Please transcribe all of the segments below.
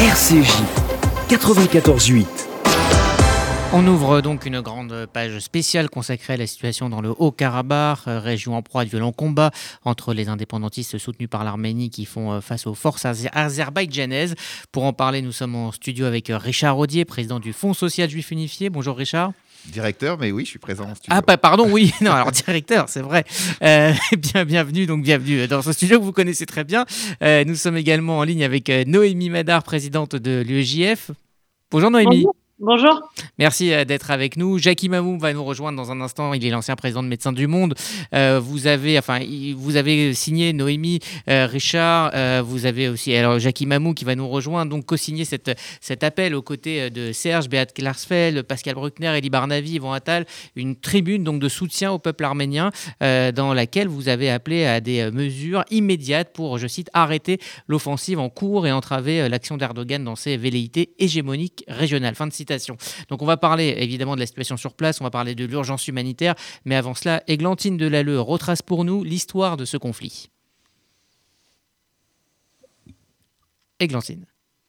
RCJ 94.8. On ouvre donc une grande page spéciale consacrée à la situation dans le Haut-Karabakh, région en proie de violents combats entre les indépendantistes soutenus par l'Arménie qui font face aux forces azerbaïdjanaises. Pour en parler, nous sommes en studio avec Richard Audier, président du Fonds social juif unifié. Bonjour Richard. Directeur, mais oui, je suis présent en studio. Ah, pardon, oui, non, alors directeur, c'est vrai. Bienvenue dans ce studio que vous connaissez très bien. Nous sommes également en ligne avec Noémie Madar, présidente de l'UEJF. Bonjour Noémie. Bonjour. Merci d'être avec nous. Jackie Mamou va nous rejoindre dans un instant. Il est l'ancien président de Médecins du Monde. Vous avez signé, Noémie, Richard. Vous avez aussi Jackie Mamou qui va nous rejoindre, donc co-signé cet appel aux côtés de Serge, Beat Klarsfeld, Pascal Bruckner, Elie Barnavi, Yvan Attal, une tribune donc de soutien au peuple arménien dans laquelle vous avez appelé à des mesures immédiates pour, je cite, arrêter l'offensive en cours et entraver l'action d'Erdogan dans ses velléités hégémoniques régionales. Fin de citation. Donc on va parler évidemment de la situation sur place, on va parler de l'urgence humanitaire, mais avant cela, Églantine Delalleux retrace pour nous l'histoire de ce conflit. Églantine.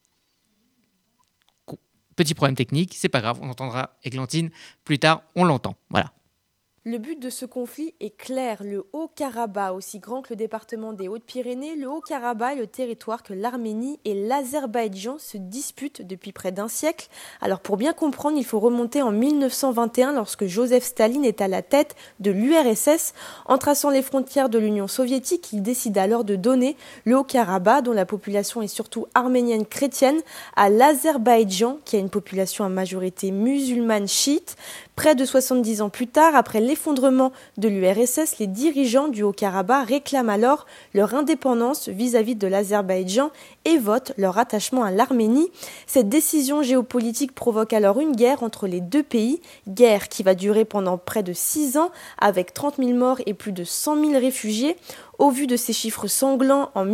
Petit problème technique, c'est pas grave, on entendra Églantine plus tard, on l'entend. Voilà. Le but de ce conflit est clair. Le Haut-Karabakh, aussi grand que le département des Hautes-Pyrénées, le Haut-Karabakh est le territoire que l'Arménie et l'Azerbaïdjan se disputent depuis près d'un siècle. Alors pour bien comprendre, il faut remonter en 1921 lorsque Joseph Staline est à la tête de l'URSS. En traçant les frontières de l'Union soviétique, il décide alors de donner le Haut-Karabakh, dont la population est surtout arménienne chrétienne, à l'Azerbaïdjan, qui a une population à majorité musulmane chiite. Près de 70 ans plus tard, après l'effondrement de l'URSS, les dirigeants du Haut-Karabakh réclament alors leur indépendance vis-à-vis de l'Azerbaïdjan et votent leur attachement à l'Arménie. Cette décision géopolitique provoque alors une guerre entre les deux pays, guerre qui va durer pendant près de 6 ans avec 30 000 morts et plus de 100 000 réfugiés. Au vu de ces chiffres sanglants, en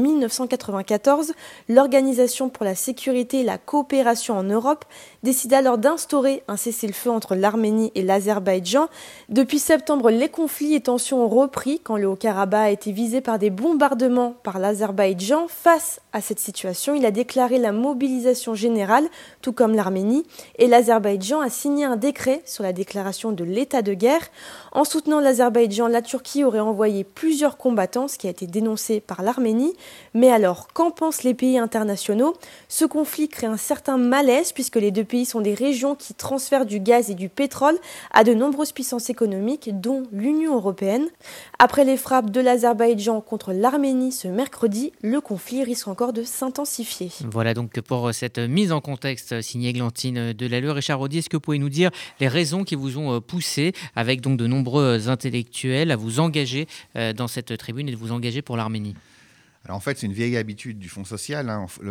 1994, l'Organisation pour la sécurité et la coopération en Europe décide alors d'instaurer un cessez-le-feu entre l'Arménie et l'Azerbaïdjan. Depuis septembre, les conflits et tensions ont repris quand le Haut-Karabakh a été visé par des bombardements par l'Azerbaïdjan. Face à cette situation, il a déclaré la mobilisation générale, tout comme l'Arménie, et l'Azerbaïdjan a signé un décret sur la déclaration de l'état de guerre. En soutenant l'Azerbaïdjan, la Turquie aurait envoyé plusieurs combattants, qui a été dénoncé par l'Arménie. Mais alors, qu'en pensent les pays internationaux ? Ce conflit crée un certain malaise puisque les deux pays sont des régions qui transfèrent du gaz et du pétrole à de nombreuses puissances économiques, dont l'Union européenne. Après les frappes de l'Azerbaïdjan contre l'Arménie ce mercredi, le conflit risque encore de s'intensifier. Voilà donc pour cette mise en contexte signée Églantine Delalleux. Richard Audier, est-ce que vous pouvez nous dire les raisons qui vous ont poussé, avec donc de nombreux intellectuels, à vous engager dans cette tribune et de vous engager pour l'Arménie ? Alors en fait, c'est une vieille habitude du Fonds social.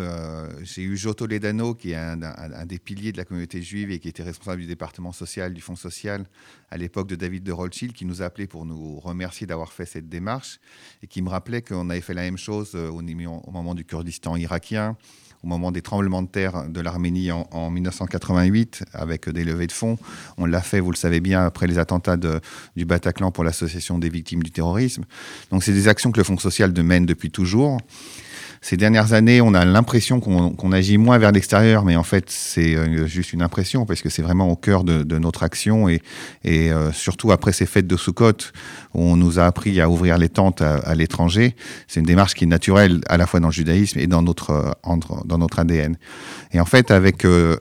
J'ai eu Joe Toledano, qui est un des piliers de la communauté juive et qui était responsable du département social du Fonds social à l'époque de David de Rothschild, qui nous appelait pour nous remercier d'avoir fait cette démarche et qui me rappelait qu'on avait fait la même chose au moment du Kurdistan irakien, au moment des tremblements de terre de l'Arménie en 1988, avec des levées de fonds. On l'a fait, vous le savez bien, après les attentats du Bataclan pour l'Association des victimes du terrorisme. Donc c'est des actions que le Fonds social mène depuis toujours. Ces dernières années, on a l'impression qu'on agit moins vers l'extérieur, mais en fait, c'est juste une impression, parce que c'est vraiment au cœur de notre action. Et surtout après ces fêtes de Soukhot, où on nous a appris à ouvrir les tentes à l'étranger, c'est une démarche qui est naturelle à la fois dans le judaïsme et dans notre ADN. Et en fait, avec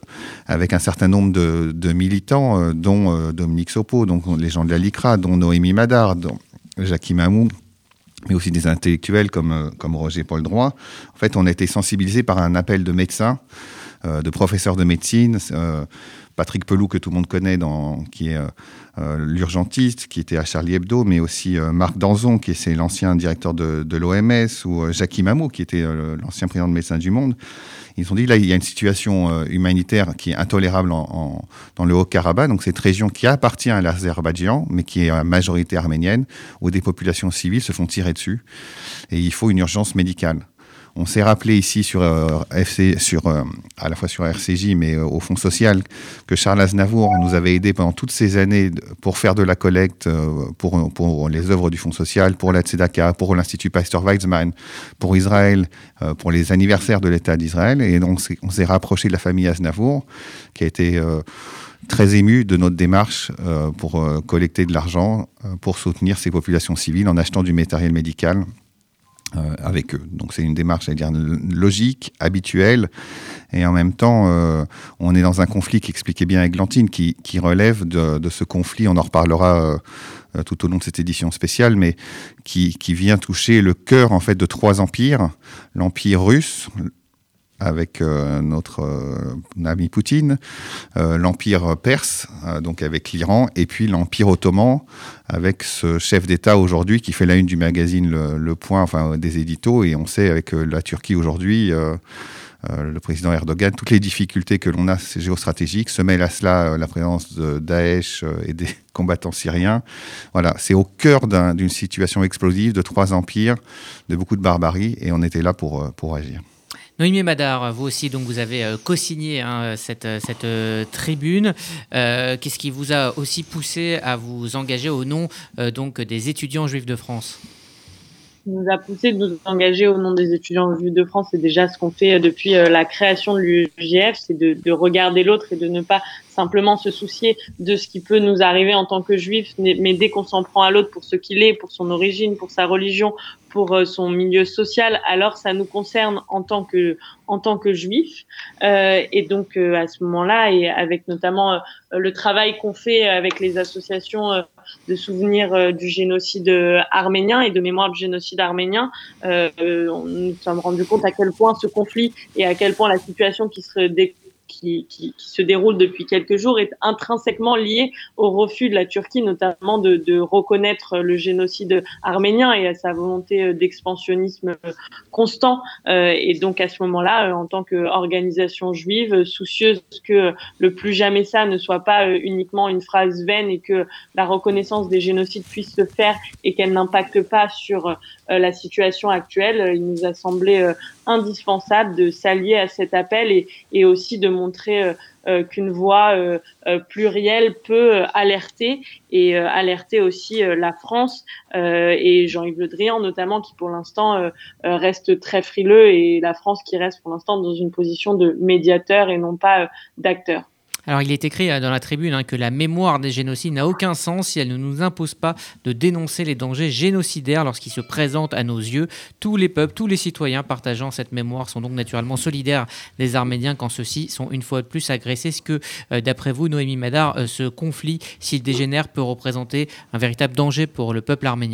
un certain nombre de militants, dont Dominique Sopo, donc les gens de la LICRA, dont Noémie Madar, dont Jackie Mamou, mais aussi des intellectuels comme Roger Paul Droit. En fait, on a été sensibilisés par un appel de médecins, de professeurs de médecine, Patrick Pelou, que tout le monde connaît, qui est l'urgentiste, qui était à Charlie Hebdo, mais aussi Marc Danzon, qui est l'ancien directeur de l'OMS, ou Jackie Mamou, qui était l'ancien président de Médecins du Monde. Ils ont dit, là, il y a une situation humanitaire qui est intolérable dans le Haut-Karabakh, donc cette région qui appartient à l'Azerbaïdjan, mais qui est à majorité arménienne, où des populations civiles se font tirer dessus. Et il faut une urgence médicale. On s'est rappelé ici à la fois sur RCJ, mais au Fonds social, que Charles Aznavour nous avait aidé pendant toutes ces années pour faire de la collecte pour les œuvres du Fonds social, pour la Tzedaka, pour l'Institut Pasteur Weizmann, pour Israël, pour les anniversaires de l'État d'Israël. Et donc, on s'est rapproché de la famille Aznavour, qui a été très ému de notre démarche pour collecter de l'argent pour soutenir ces populations civiles en achetant du matériel médical avec eux. Donc c'est une démarche, j'allais dire, logique, habituelle, et en même temps, on est dans un conflit qui expliquait bien Églantine, qui relève de ce conflit, on en reparlera tout au long de cette édition spéciale, mais qui vient toucher le cœur en fait de 3 empires, l'empire russe, avec notre ami Poutine, l'Empire perse, donc avec l'Iran, et puis l'Empire ottoman, avec ce chef d'État aujourd'hui qui fait la une du magazine Le Point, enfin des éditos, et on sait avec la Turquie aujourd'hui, le président Erdogan, toutes les difficultés que l'on a géostratégiques, se mêle à cela la présence de Daesh et des combattants syriens. Voilà, c'est au cœur d'une situation explosive de 3 empires, de beaucoup de barbarie, et on était là pour agir. Noémie Madar, vous aussi, donc vous avez co-signé cette tribune. Qu'est-ce qui vous a aussi poussé à vous engager au nom donc des étudiants juifs de France ? Ce qui nous a poussé de nous engager au nom des étudiants juifs de France, c'est déjà ce qu'on fait depuis la création de l'UJF, c'est de regarder l'autre et de ne pas simplement se soucier de ce qui peut nous arriver en tant que juifs, mais dès qu'on s'en prend à l'autre pour ce qu'il est, pour son origine, pour sa religion, pour son milieu social, alors ça nous concerne en tant que juifs. Et donc à ce moment-là, et avec notamment le travail qu'on fait avec les associations de souvenirs du génocide arménien et de mémoire du génocide arménien, nous nous sommes rendus compte à quel point ce conflit et à quel point la situation qui se déroule depuis quelques jours est intrinsèquement liée au refus de la Turquie, notamment de reconnaître le génocide arménien et à sa volonté d'expansionnisme constant. Et donc à ce moment-là, en tant qu'organisation juive, soucieuse que le plus jamais ça ne soit pas uniquement une phrase vaine et que la reconnaissance des génocides puisse se faire et qu'elle n'impacte pas sur la situation actuelle, il nous a semblé indispensable de s'allier à cet appel et aussi de montrer qu'une voix plurielle peut alerter et alerter aussi la France et Jean-Yves Le Drian notamment qui pour l'instant reste très frileux et la France qui reste pour l'instant dans une position de médiateur et non pas d'acteur. Alors, il est écrit dans la tribune que la mémoire des génocides n'a aucun sens si elle ne nous impose pas de dénoncer les dangers génocidaires lorsqu'ils se présentent à nos yeux. Tous les peuples, tous les citoyens partageant cette mémoire sont donc naturellement solidaires des Arméniens quand ceux-ci sont une fois de plus agressés. Est-ce que, d'après vous, Noémie Madar, ce conflit, s'il dégénère, peut représenter un véritable danger pour le peuple arménien ?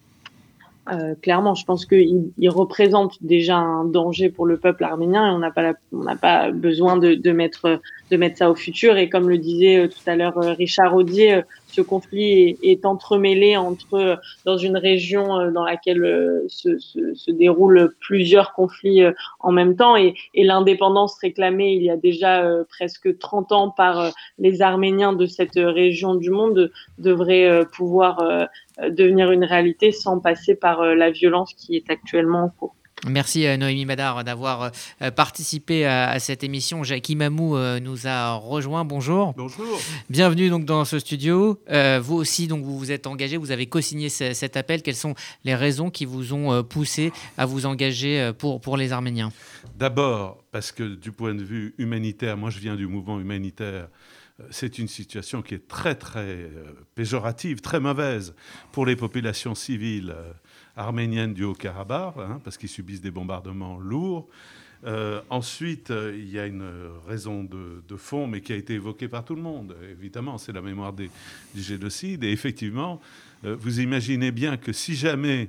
Clairement, je pense qu'il représente déjà un danger pour le peuple arménien et on n'a pas besoin de mettre ça au futur. Et comme le disait tout à l'heure Richard Audier, ce conflit est entremêlé dans une région dans laquelle se déroulent plusieurs conflits en même temps et l'indépendance réclamée il y a déjà presque 30 ans par les Arméniens de cette région du monde devrait pouvoir devenir une réalité sans passer par la violence qui est actuellement en cours. Merci Noémie Madar d'avoir participé à cette émission. Jackie Mamou nous a rejoint. Bonjour. Bonjour. Bienvenue donc dans ce studio. Vous aussi donc vous vous êtes engagé, vous avez co-signé cet appel. Quelles sont les raisons qui vous ont poussé à vous engager pour les Arméniens ? D'abord parce que du point de vue humanitaire, moi je viens du mouvement humanitaire. C'est une situation qui est très, très péjorative, très mauvaise pour les populations civiles arméniennes du Haut-Karabakh, parce qu'ils subissent des bombardements lourds. Ensuite, il y a une raison de fond, mais qui a été évoquée par tout le monde. Évidemment, c'est la mémoire du génocide. Et effectivement, vous imaginez bien que si jamais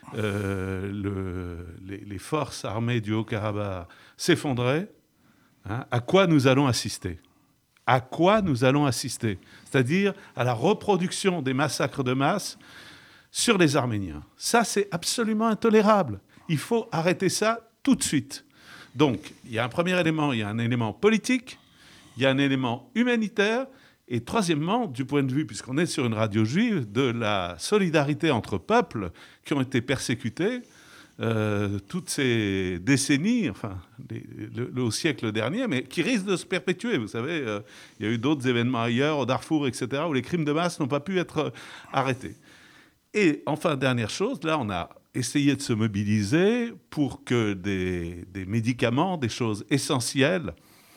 les forces armées du Haut-Karabakh s'effondraient, à quoi nous allons assister ? À quoi nous allons assister ? C'est-à-dire à la reproduction des massacres de masse sur les Arméniens. Ça, c'est absolument intolérable. Il faut arrêter ça tout de suite. Donc, il y a un premier élément, il y a un élément politique, il y a un élément humanitaire, et troisièmement, du point de vue, puisqu'on est sur une radio juive, de la solidarité entre peuples qui ont été persécutés toutes ces décennies, enfin, au siècle dernier, mais qui risquent de se perpétuer. Vous savez, il y a eu d'autres événements ailleurs, au Darfour, etc., où les crimes de masse n'ont pas pu être arrêtés. Et enfin, dernière chose, là, on a essayé de se mobiliser pour que des médicaments, des choses essentielles,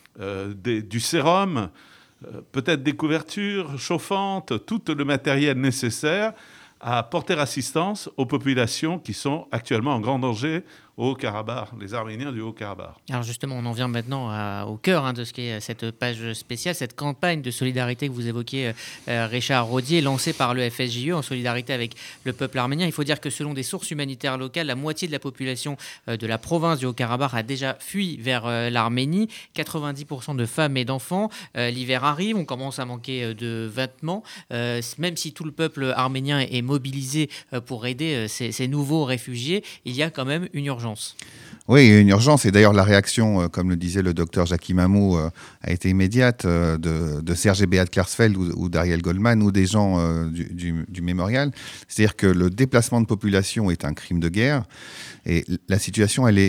du sérum, peut-être des couvertures chauffantes, tout le matériel nécessaire à porter assistance aux populations qui sont actuellement en grand danger au Haut-Karabakh, les Arméniens du Haut-Karabakh. Alors justement, on en vient maintenant au cœur de ce qu'est cette page spéciale, cette campagne de solidarité que vous évoquiez, Richard Rodier, lancée par le FSJE en solidarité avec le peuple arménien. Il faut dire que selon des sources humanitaires locales, la moitié de la population de la province du Haut-Karabakh a déjà fui vers l'Arménie. 90% de femmes et d'enfants. L'hiver arrive, on commence à manquer de vêtements. Même si tout le peuple arménien est mobilisé pour aider ces nouveaux réfugiés, il y a quand même une urgence. Oui, il y a une urgence. Et d'ailleurs, la réaction, comme le disait le docteur Jackie Mamou, a été immédiate de Serge et Beat Klarsfeld ou d'Ariel Goldman ou des gens du mémorial. C'est-à-dire que le déplacement de population est un crime de guerre. Et la situation, elle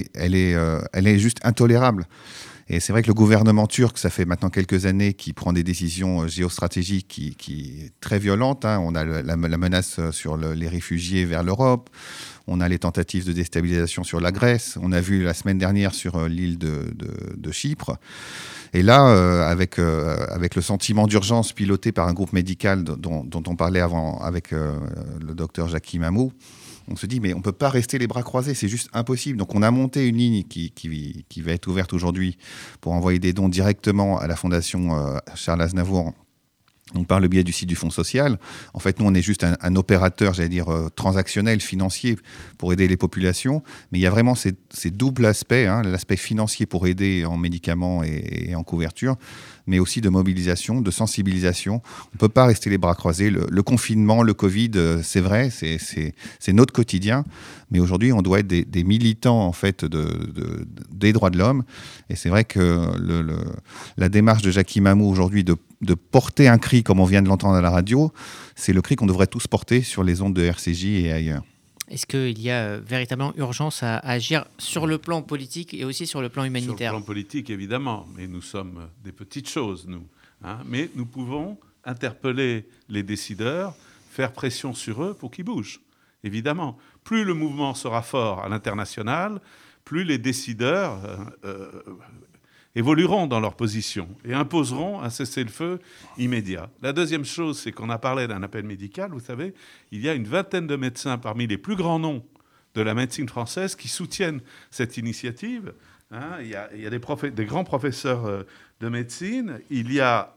est juste intolérable. Et c'est vrai que le gouvernement turc, ça fait maintenant quelques années qu'il prend des décisions géostratégiques qui est très violentes. On a la menace sur les réfugiés vers l'Europe. On a les tentatives de déstabilisation sur la Grèce. On a vu la semaine dernière sur l'île de Chypre. Et là, avec le sentiment d'urgence piloté par un groupe médical dont on parlait avant avec le docteur Jackie Mamou, on se dit, mais on ne peut pas rester les bras croisés, c'est juste impossible. Donc on a monté une ligne qui va être ouverte aujourd'hui pour envoyer des dons directement à la Fondation Charles Aznavour, donc par le biais du site du Fonds social. En fait, nous, on est juste un opérateur, transactionnel, financier, pour aider les populations. Mais il y a vraiment ces doubles aspects, l'aspect financier pour aider en médicaments et en couverture, mais aussi de mobilisation, de sensibilisation. On ne peut pas rester les bras croisés. Le confinement, le Covid, c'est vrai, c'est notre quotidien. Mais aujourd'hui, on doit être des militants en fait, des droits de l'homme. Et c'est vrai que la démarche de Jackie Mamou aujourd'hui de porter un cri, comme on vient de l'entendre à la radio, c'est le cri qu'on devrait tous porter sur les ondes de RCJ et ailleurs. Est-ce qu'il y a véritablement urgence à agir sur le plan politique et aussi sur le plan humanitaire ? Sur le plan politique, évidemment, mais nous sommes des petites choses, nous. Mais nous pouvons interpeller les décideurs, faire pression sur eux pour qu'ils bougent, évidemment. Plus le mouvement sera fort à l'international, plus les décideurs évolueront dans leur position et imposeront un cessez-le-feu immédiat. La deuxième chose, c'est qu'on a parlé d'un appel médical. Vous savez, il y a une vingtaine de médecins parmi les plus grands noms de la médecine française qui soutiennent cette initiative. Il y a des grands professeurs de médecine. Il y a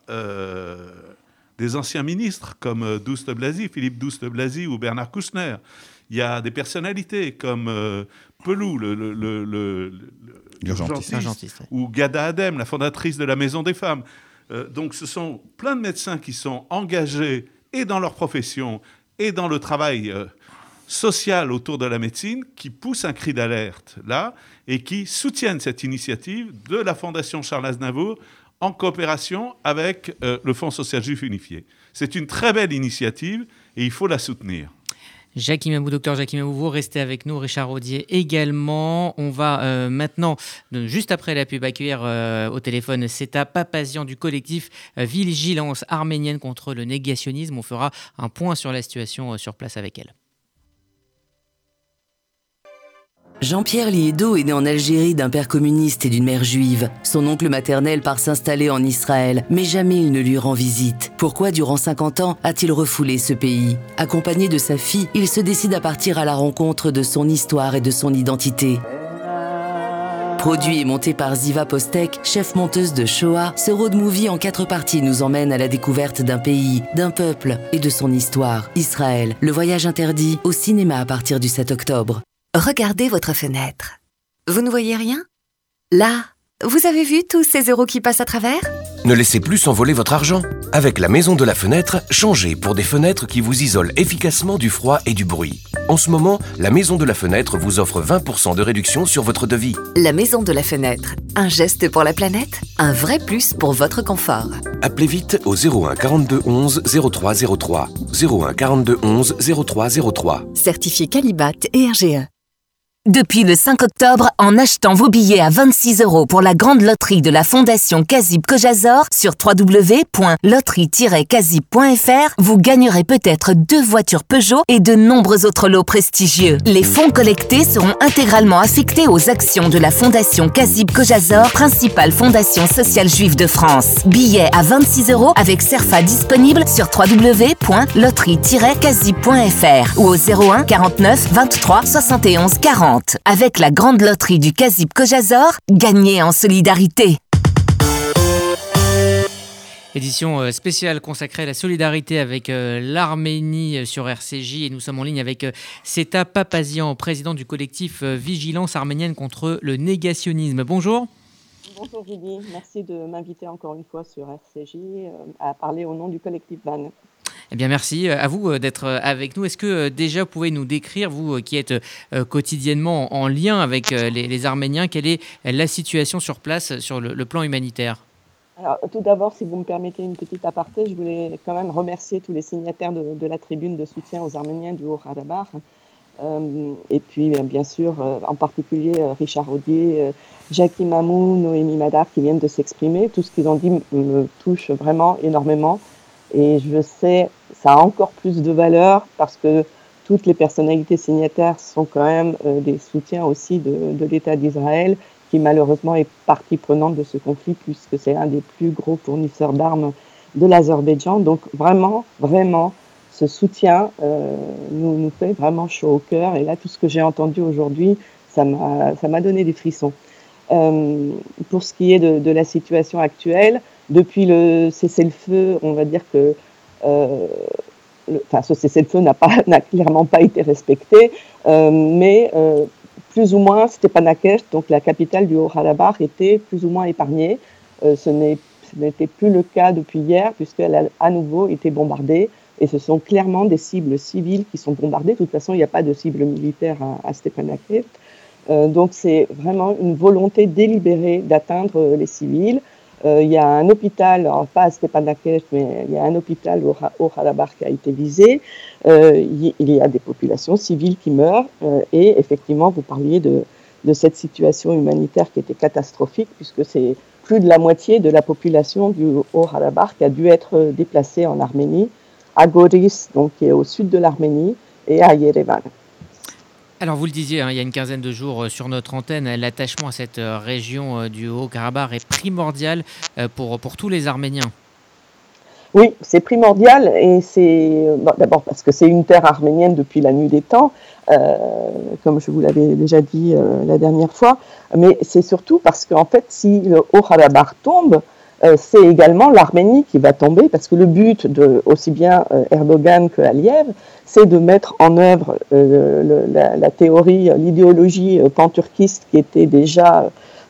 des anciens ministres comme Philippe Douste-Blazy ou Bernard Kouchner. Il y a des personnalités comme Pelou, l'urgentiste, ou Ghada Adem, la fondatrice de la Maison des Femmes. Donc ce sont plein de médecins qui sont engagés et dans leur profession et dans le travail social autour de la médecine, qui poussent un cri d'alerte là et qui soutiennent cette initiative de la Fondation Charles Aznavour en coopération avec le Fonds social juif unifié. C'est une très belle initiative et il faut la soutenir. Jackie Mamou, docteur Jackie Mamou, vous restez avec nous, Richard Rodier également. On va maintenant, juste après la pub, accueillir au téléphone Seta Papazian du collectif Vigilance arménienne contre le négationnisme. On fera un point sur la situation sur place avec elle. Jean-Pierre Liédo est né en Algérie d'un père communiste et d'une mère juive. Son oncle maternel part s'installer en Israël, mais jamais il ne lui rend visite. Pourquoi, durant 50 ans, a-t-il refoulé ce pays ? Accompagné de sa fille, il se décide à partir à la rencontre de son histoire et de son identité. Produit et monté par Ziva Postek, chef monteuse de Shoah, ce road movie en 4 parties nous emmène à la découverte d'un pays, d'un peuple et de son histoire. Israël, le voyage interdit, au cinéma à partir du 7 octobre. Regardez votre fenêtre. Vous ne voyez rien ? Là, vous avez vu tous ces euros qui passent à travers ? Ne laissez plus s'envoler votre argent. Avec la Maison de la Fenêtre, changez pour des fenêtres qui vous isolent efficacement du froid et du bruit. En ce moment, la Maison de la Fenêtre vous offre 20% de réduction sur votre devis. La Maison de la Fenêtre. Un geste pour la planète, un vrai plus pour votre confort. Appelez vite au 01 42 11 03 03. 01 42 11 03 03. Certifié Qualibat et RGE. Depuis le 5 octobre, en achetant vos billets à 26 € pour la grande loterie de la Fondation Kazib Kojazor sur www.loterie-kazib.fr, vous gagnerez peut-être 2 voitures Peugeot et de nombreux autres lots prestigieux. Les fonds collectés seront intégralement affectés aux actions de la Fondation Kazib Kojazor, principale fondation sociale juive de France. Billets à 26 € avec Cerfa disponible sur www.loterie-kazib.fr ou au 01 49 23 71 40. Avec la grande loterie du Kazib Kojazor, gagnez en solidarité. Édition spéciale consacrée à la solidarité avec l'Arménie sur RCJ. Et nous sommes en ligne avec Seta Papazian, président du collectif Vigilance arménienne contre le négationnisme. Bonjour. Bonjour Julie, merci de m'inviter encore une fois sur RCJ à parler au nom du collectif VAN. Eh bien, merci à vous d'être avec nous. Est-ce que déjà vous pouvez nous décrire, vous qui êtes quotidiennement en lien avec les Arméniens, quelle est la situation sur place sur le plan humanitaire ? Alors, tout d'abord, si vous me permettez une petite aparté, je voulais quand même remercier tous les signataires de la tribune de soutien aux Arméniens du Haut-Karabakh. Et puis, bien sûr, en particulier Richard Audier, Jackie Mamou, Noémie Madar qui viennent de s'exprimer. Tout ce qu'ils ont dit me touche vraiment énormément. Et je sais, ça a encore plus de valeur parce que toutes les personnalités signataires sont quand même des soutiens aussi de l'État d'Israël, qui malheureusement est partie prenante de ce conflit puisque c'est un des plus gros fournisseurs d'armes de l'Azerbaïdjan. Donc vraiment, ce soutien nous fait vraiment chaud au cœur. Et là, tout ce que j'ai entendu aujourd'hui, ça m'a donné des frissons. Pour ce qui est de la situation actuelle, depuis le cessez-le-feu, on va dire que ce cessez-le-feu n'a clairement pas été respecté, mais plus ou moins Stepanakert, donc la capitale du Haut-Karabakh, était plus ou moins épargnée. Ce n'était plus le cas depuis hier, puisqu'elle a à nouveau été bombardée. Et ce sont clairement des cibles civiles qui sont bombardées. De toute façon, il n'y a pas de cible militaire à Stepanakert. Donc c'est vraiment une volonté délibérée d'atteindre les civils. Il y a un hôpital, alors pas à Stepanakert, mais il y a un hôpital au Karabakh qui a été visé. Il y a des populations civiles qui meurent. Et effectivement, vous parliez de cette situation humanitaire qui était catastrophique, puisque c'est plus de la moitié de la population du Haut-Karabakh qui a dû être déplacée en Arménie, à Goris, donc qui est au sud de l'Arménie, et à Yerevan. Alors vous le disiez, il y a une quinzaine de jours sur notre antenne, l'attachement à cette région du Haut-Karabakh est primordial pour tous les Arméniens. Oui, c'est primordial et c'est d'abord parce que c'est une terre arménienne depuis la nuit des temps, comme je vous l'avais déjà dit la dernière fois, mais c'est surtout parce qu'en fait, si le Haut-Karabakh tombe, c'est également l'Arménie qui va tomber, parce que le but de aussi bien Erdogan que Aliyev, c'est de mettre en œuvre la théorie, l'idéologie pan-turquiste qui a déjà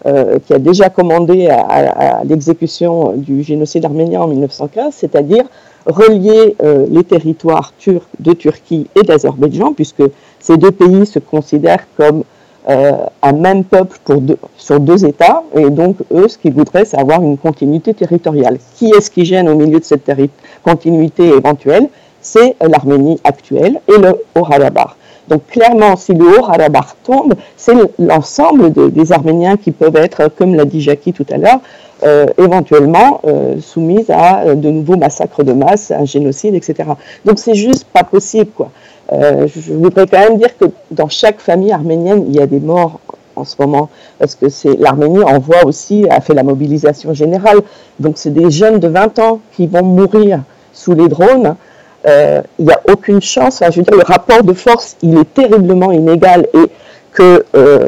commandé à l'exécution du génocide arménien en 1915, c'est-à-dire relier les territoires turcs de Turquie et d'Azerbaïdjan, puisque ces deux pays se considèrent comme un même peuple sur deux États, et donc eux, ce qu'ils voudraient, c'est avoir une continuité territoriale. Qui est-ce qui gêne au milieu de cette continuité éventuelle ? C'est l'Arménie actuelle et le Haut-Karabakh. Donc clairement, si le Haut-Karabakh tombe, c'est l'ensemble des Arméniens qui peuvent être, comme l'a dit Jackie tout à l'heure, éventuellement soumis à de nouveaux massacres de masse, un génocide, etc. Donc c'est juste pas possible, quoi. Je voudrais quand même dire que dans chaque famille arménienne, il y a des morts en ce moment, parce que l'Arménie a fait la mobilisation générale. Donc c'est des jeunes de 20 ans qui vont mourir sous les drones. Il n'y a aucune chance. Enfin, je veux dire, le rapport de force, il est terriblement inégal, et que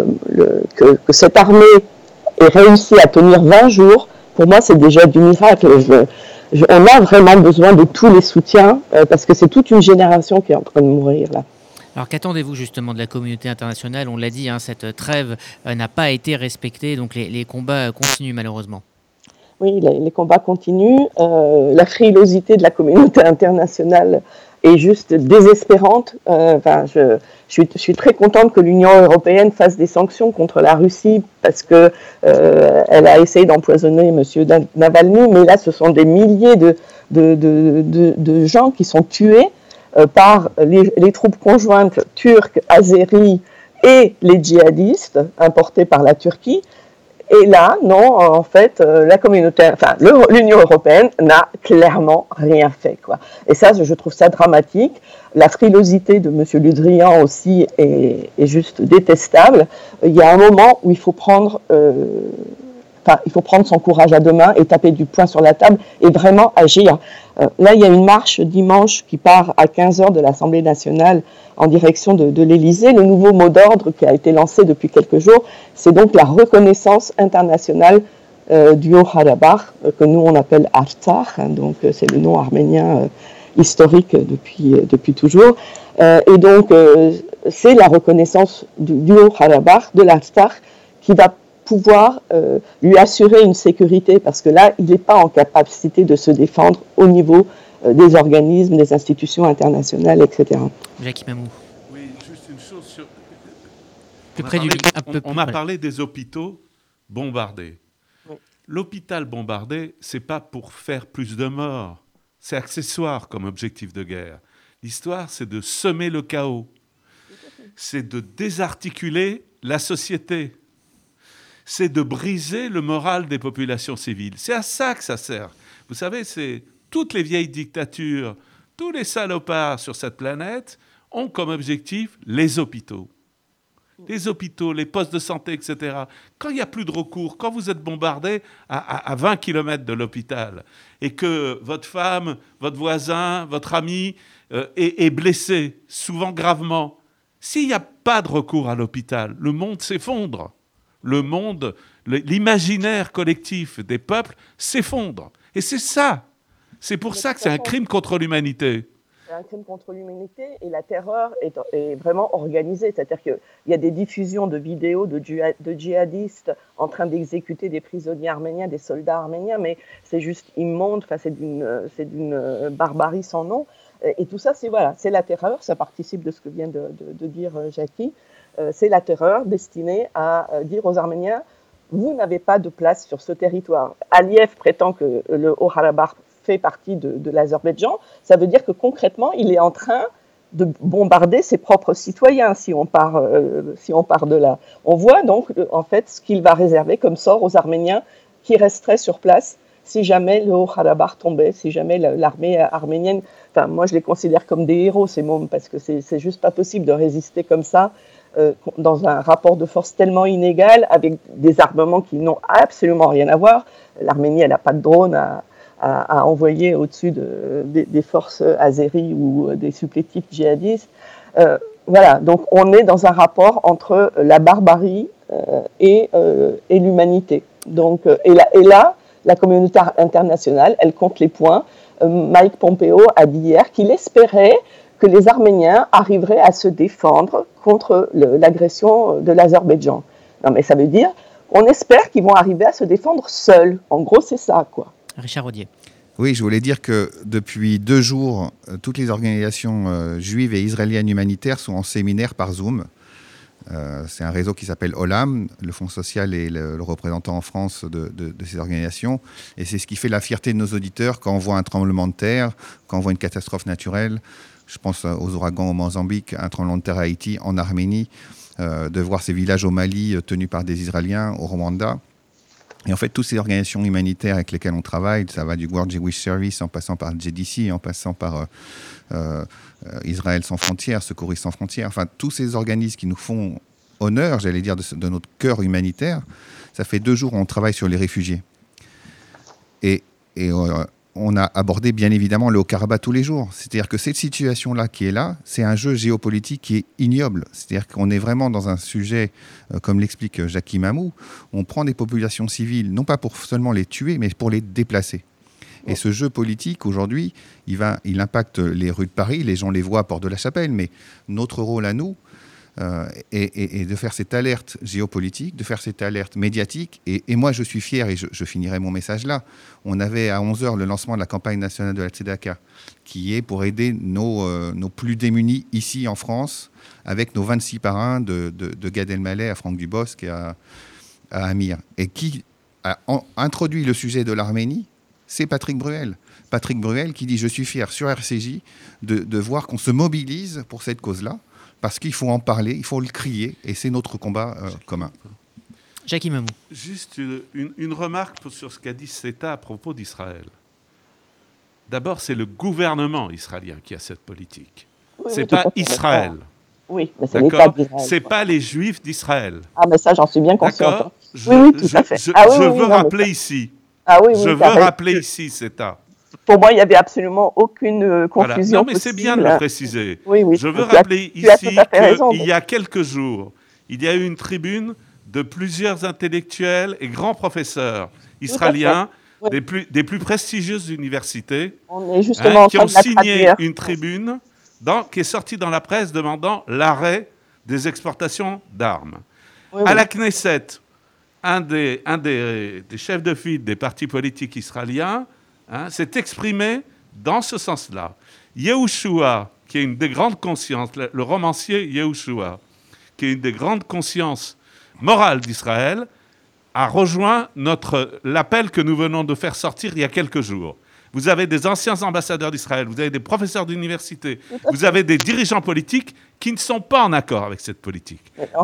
cette armée ait réussi à tenir 20 jours, pour moi, c'est déjà du miracle. On a vraiment besoin de tous les soutiens, parce que c'est toute une génération qui est en train de mourir là. Alors qu'attendez-vous justement de la communauté internationale ? On l'a dit, cette trêve n'a pas été respectée, donc les combats continuent malheureusement. Oui, les combats continuent. La frilosité de la communauté internationale est juste désespérante. Je suis très contente que l'Union européenne fasse des sanctions contre la Russie, parce que elle a essayé d'empoisonner M. Navalny, mais là, ce sont des milliers de gens qui sont tués par les troupes conjointes turques, azéries et les djihadistes importés par la Turquie. Et là, non, en fait, l'Union européenne n'a clairement rien fait, quoi. Et ça, je trouve ça dramatique. La frilosité de M. Le Drian aussi est juste détestable. Il y a un moment où il faut prendre son courage à deux mains et taper du poing sur la table et vraiment agir. Là, il y a une marche dimanche qui part à 15h de l'Assemblée nationale en direction de l'Élysée. Le nouveau mot d'ordre qui a été lancé depuis quelques jours, c'est donc la reconnaissance internationale du Haut-Karabakh, que nous on appelle Artsakh, donc c'est le nom arménien historique depuis toujours. Et donc, c'est la reconnaissance du Haut-Karabakh, de l'Artsakh, qui va pouvoir lui assurer une sécurité, parce que là, il n'est pas en capacité de se défendre au niveau des organismes, des institutions internationales, etc. Jackie Mamou. Oui, juste une chose sur... On a parlé des hôpitaux bombardés. Oui. L'hôpital bombardé, c'est pas pour faire plus de morts. C'est accessoire comme objectif de guerre. L'histoire, c'est de semer le chaos. C'est de désarticuler la société. C'est de briser le moral des populations civiles. C'est à ça que ça sert. Vous savez, c'est toutes les vieilles dictatures, tous les salopards sur cette planète ont comme objectif les hôpitaux. Les hôpitaux, les postes de santé, etc. Quand il n'y a plus de recours, quand vous êtes bombardé à 20 km de l'hôpital et que votre femme, votre voisin, votre ami est blessé, souvent gravement, s'il n'y a pas de recours à l'hôpital, le monde s'effondre. Le monde, l'imaginaire collectif des peuples s'effondre. Et c'est ça. C'est pour ça que c'est un crime contre l'humanité. C'est un crime contre l'humanité et la terreur est vraiment organisée. C'est-à-dire qu'il y a des diffusions de vidéos de djihadistes en train d'exécuter des prisonniers arméniens, des soldats arméniens, mais c'est juste immonde, c'est d'une barbarie sans nom. Et tout ça, c'est la terreur, ça participe de ce que vient de dire Jackie. C'est la terreur destinée à dire aux Arméniens, vous n'avez pas de place sur ce territoire. Aliyev prétend que le Haut-Karabakh fait partie de l'Azerbaïdjan. Ça veut dire que concrètement, il est en train de bombarder ses propres citoyens, si on part de là. On voit donc en fait ce qu'il va réserver comme sort aux Arméniens qui resteraient sur place si jamais le Haut-Karabakh tombait, si jamais l'armée arménienne... Enfin, moi, je les considère comme des héros, ces mômes, parce que c'est juste pas possible de résister comme ça dans un rapport de force tellement inégal, avec des armements qui n'ont absolument rien à voir. L'Arménie, elle n'a pas de drone à envoyer au-dessus des forces azéries ou des supplétifs djihadistes. Voilà, donc on est dans un rapport entre la barbarie et l'humanité. Donc, et là, la communauté internationale, elle compte les points. Mike Pompeo a dit hier qu'il espérait que les Arméniens arriveraient à se défendre contre l'agression de l'Azerbaïdjan. Non, mais ça veut dire qu'on espère qu'ils vont arriver à se défendre seuls. En gros, c'est ça, quoi. Richard Audier. Oui, je voulais dire que depuis 2 jours, toutes les organisations juives et israéliennes humanitaires sont en séminaire par Zoom. C'est un réseau qui s'appelle Olam. Le Fonds social est le représentant en France de ces organisations. Et c'est ce qui fait la fierté de nos auditeurs quand on voit un tremblement de terre, quand on voit une catastrophe naturelle. Je pense aux ouragans au Mozambique, un tremblement de terre à Haïti, en Arménie, de voir ces villages au Mali tenus par des Israéliens, au Rwanda. Et en fait, toutes ces organisations humanitaires avec lesquelles on travaille, ça va du World Jewish Service en passant par le JDC, en passant par Israël sans frontières, Secouristes sans frontières, enfin tous ces organismes qui nous font honneur, j'allais dire, de notre cœur humanitaire. Ça fait 2 jours où on travaille sur les réfugiés. Et on a abordé bien évidemment le Haut-Karabakh tous les jours. C'est-à-dire que cette situation-là qui est là, c'est un jeu géopolitique qui est ignoble. C'est-à-dire qu'on est vraiment dans un sujet, comme l'explique Jackie Mamou, on prend des populations civiles, non pas pour seulement les tuer, mais pour les déplacer. Et ce jeu politique, aujourd'hui, il impacte les rues de Paris, les gens les voient à Porte de la Chapelle, mais notre rôle à nous est de faire cette alerte géopolitique, de faire cette alerte médiatique. Et moi, je suis fier, et je finirai mon message là. On avait à 11h le lancement de la campagne nationale de la Tzedaka, qui est pour aider nos plus démunis ici en France, avec nos 26 parrains de Gad Elmaleh à Franck Dubosc et à Amir. Et qui a introduit le sujet de l'Arménie, c'est Patrick Bruel. Patrick Bruel qui dit « Je suis fier sur RCJ de voir qu'on se mobilise pour cette cause-là ». parce qu'il faut en parler, il faut le crier, et c'est notre combat commun. Jackie Mamou. Juste une remarque sur ce qu'a dit CETA à propos d'Israël. D'abord, c'est le gouvernement israélien qui a cette politique. C'est pas Israël. Oui, mais c'est l'État d'Israël. C'est pas les Juifs d'Israël. Ah, mais ça, j'en suis bien consciente. D'accord. Oui, tout à fait. Je veux rappeler ici. Je veux rappeler ici, CETA. Pour moi, il n'y avait absolument aucune confusion. Non, mais c'est bien de le préciser. Oui, je veux rappeler ici qu'il y a quelques jours, il y a eu une tribune de plusieurs intellectuels et grands professeurs israéliens des plus prestigieuses universités qui ont signé une tribune qui est sortie dans la presse demandant l'arrêt des exportations d'armes. À la Knesset, un des chefs de file des partis politiques israéliens s'est exprimé dans ce sens-là. Yehoshua, qui est une des grandes consciences, le romancier Yehoshua, qui est une des grandes consciences morales d'Israël, a rejoint l'appel que nous venons de faire sortir il y a quelques jours. Vous avez des anciens ambassadeurs d'Israël, vous avez des professeurs d'université, vous avez des dirigeants politiques qui ne sont pas en accord avec cette politique.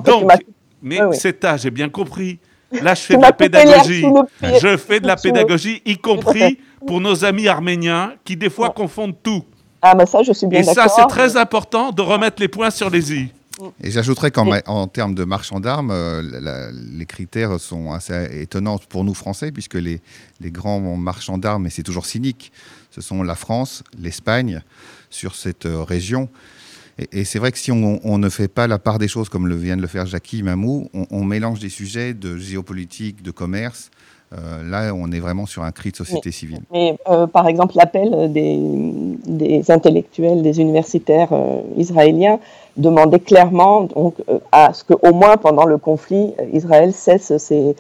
CETA, j'ai bien compris. Là, je fais de la pédagogie. Je fais de la pédagogie, y compris pour nos amis arméniens qui, des fois, confondent tout. Ah, mais ça, je suis bien d'accord. Et ça, c'est très important de remettre les points sur les i. Et j'ajouterais qu'en termes de marchand d'armes, les critères sont assez étonnants pour nous, Français, puisque les grands marchands d'armes, et c'est toujours cynique, ce sont la France, l'Espagne, sur cette région. Et c'est vrai que si on ne fait pas la part des choses, comme vient de le faire Jackie Mamou, on mélange des sujets de géopolitique, de commerce. Là, on est vraiment sur un cri de société civile. Mais par exemple, l'appel des intellectuels, des universitaires israéliens demandait clairement donc, à ce qu'au moins pendant le conflit, Israël cesse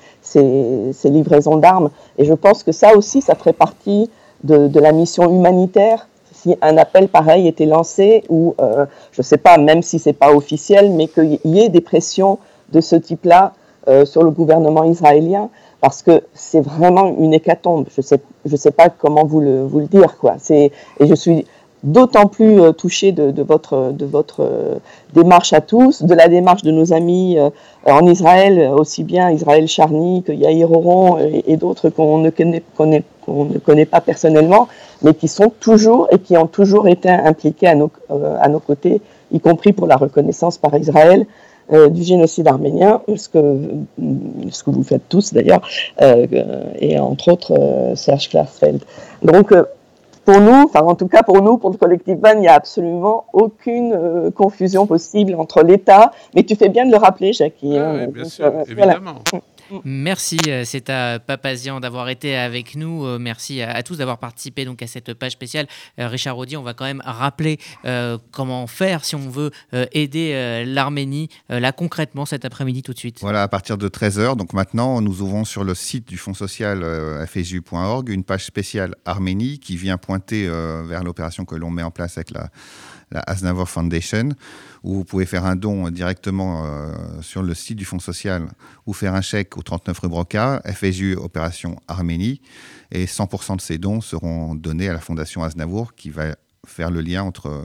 ses livraisons d'armes. Et je pense que ça aussi, ça ferait partie de la mission humanitaire. Si un appel pareil était lancé, ou je ne sais pas, même si ce n'est pas officiel, mais qu'il y ait des pressions de ce type-là sur le gouvernement israélien, parce que c'est vraiment une hécatombe. Je sais pas comment vous le dire, quoi. Et je suis d'autant plus touchée de votre démarche à tous, de la démarche de nos amis en Israël, aussi bien Israël Charny que Yair Oron et d'autres qu'on ne connaît pas personnellement, mais qui sont toujours et qui ont toujours été impliqués à nos côtés, y compris pour la reconnaissance par Israël du génocide arménien, ce que vous faites tous d'ailleurs, et entre autres Serge Klarsfeld. Donc pour nous, enfin en tout cas pour nous, pour le collectif BAN, il n'y a absolument aucune confusion possible entre l'État, mais tu fais bien de le rappeler, Jackie. Oui, bien sûr, évidemment. Voilà. Merci, c'est à Papazian d'avoir été avec nous. Merci à tous d'avoir participé donc à cette page spéciale. Richard Audier, on va quand même rappeler comment faire si on veut aider l'Arménie là concrètement cet après-midi tout de suite. Voilà, à partir de 13h. Donc maintenant, nous ouvrons sur le site du Fonds social fju.org une page spéciale Arménie qui vient pointer vers l'opération que l'on met en place avec la Aznavour Foundation, où vous pouvez faire un don directement sur le site du Fonds social ou faire un chèque au 39 rue Broca, FSU Opération Arménie, et 100% de ces dons seront donnés à la Fondation Aznavour qui va faire le lien entre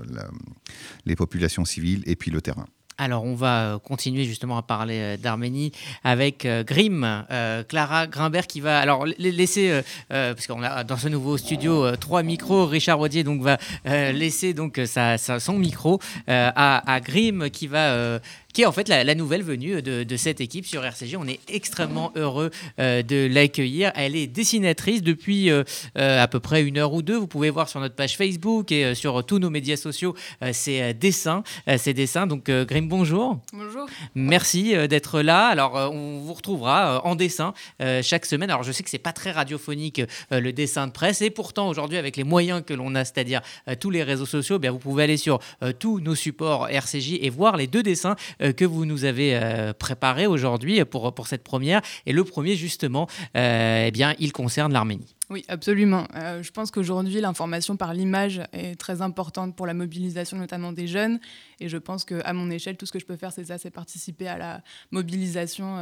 les populations civiles et puis le terrain. Alors, on va continuer justement à parler d'Arménie avec Grim, Clara Grimbert qui va alors laisser, parce qu'on a dans ce nouveau studio 3 micros, Richard Audier donc va laisser donc son micro à Grim qui est en fait la nouvelle venue de cette équipe sur RCJ. On est extrêmement heureux de l'accueillir. Elle est dessinatrice depuis à peu près 1 heure ou 2. Vous pouvez voir sur notre page Facebook et sur tous nos médias sociaux ses dessins. Donc Grim, bonjour. Bonjour. Merci d'être là. Alors on vous retrouvera en dessin chaque semaine. Alors je sais que c'est pas très radiophonique le dessin de presse, et pourtant aujourd'hui avec les moyens que l'on a, c'est-à-dire tous les réseaux sociaux, bien, vous pouvez aller sur tous nos supports RCJ et voir les 2 dessins que vous nous avez préparé aujourd'hui pour cette première. Et le premier, justement, il concerne l'Arménie. Oui, absolument. Je pense qu'aujourd'hui, l'information par l'image est très importante pour la mobilisation, notamment des jeunes. Et je pense qu'à mon échelle, tout ce que je peux faire, c'est participer à la mobilisation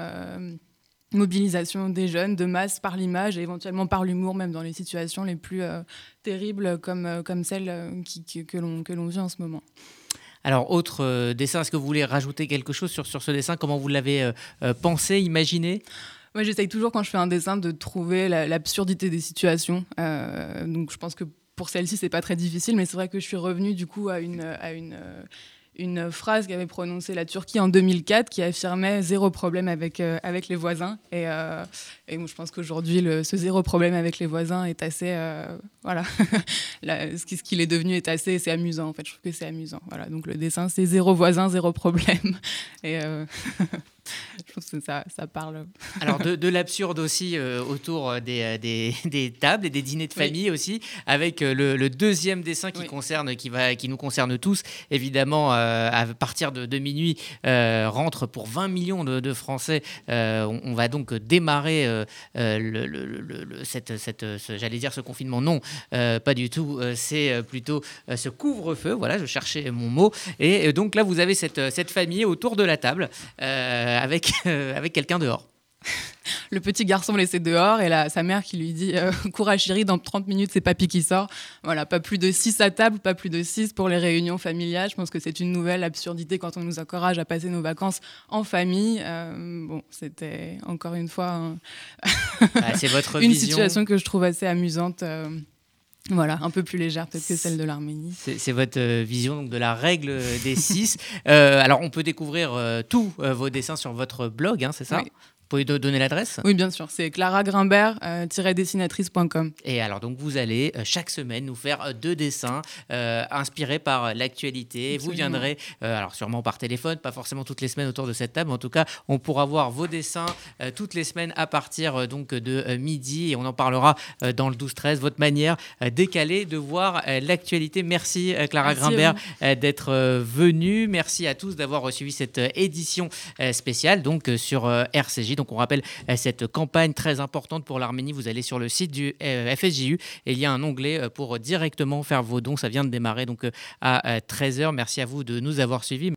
des jeunes de masse par l'image et éventuellement par l'humour, même dans les situations les plus terribles comme celles que l'on vit en ce moment. Alors, autre dessin, est-ce que vous voulez rajouter quelque chose sur ce dessin? Comment vous l'avez pensé, imaginé? Moi, j'essaye toujours, quand je fais un dessin, de trouver l'absurdité des situations. Donc, je pense que pour celle-ci, c'est pas très difficile, mais c'est vrai que je suis revenue du coup à une phrase qu'avait prononcée la Turquie en 2004 qui affirmait zéro problème avec les voisins. Et moi, je pense qu'aujourd'hui, ce zéro problème avec les voisins est assez... voilà. Ce qu'il est devenu est assez... C'est amusant, en fait. Je trouve que c'est amusant. Voilà. Donc, le dessin, c'est zéro voisin, zéro problème. Et... je pense que ça parle. Alors de l'absurde aussi autour des tables et des dîners de famille aussi, avec le deuxième dessin qui nous concerne tous, évidemment, à partir de minuit, rentre pour 20 millions de Français. On va donc démarrer j'allais dire ce confinement, non, pas du tout, c'est plutôt ce couvre-feu, voilà, je cherchais mon mot, et donc là vous avez cette famille autour de la table, avec quelqu'un dehors. Le petit garçon laissé dehors et sa mère qui lui dit courage chérie, dans 30 minutes c'est papy qui sort. Voilà, pas plus de 6 à table, pas plus de 6 pour les réunions familiales. Je pense que c'est une nouvelle absurdité quand on nous encourage à passer nos vacances en famille. Bon, c'était encore une fois c'est votre une vision. Situation que je trouve assez amusante. Voilà, un peu plus légère peut-être que celle de l'Arménie. C'est votre vision donc, de la règle des 6. Alors, on peut découvrir tous vos dessins sur votre blog, hein, c'est ça? Oui. Vous pouvez donner l'adresse? Oui, bien sûr, c'est claragrimbert-dessinatrice.com. Et alors, donc, vous allez chaque semaine nous faire 2 dessins inspirés par l'actualité. Absolument. Vous viendrez, alors sûrement par téléphone, pas forcément toutes les semaines autour de cette table, mais en tout cas, on pourra voir vos dessins toutes les semaines à partir donc de midi, et on en parlera dans le 12-13, votre manière décalée de voir l'actualité. Merci Clara Grimbert d'être venue. Merci à tous d'avoir suivi cette édition spéciale donc sur RCJ. Donc on rappelle cette campagne très importante pour l'Arménie. Vous allez sur le site du FSJU et il y a un onglet pour directement faire vos dons. Ça vient de démarrer donc à 13h. Merci à vous de nous avoir suivis.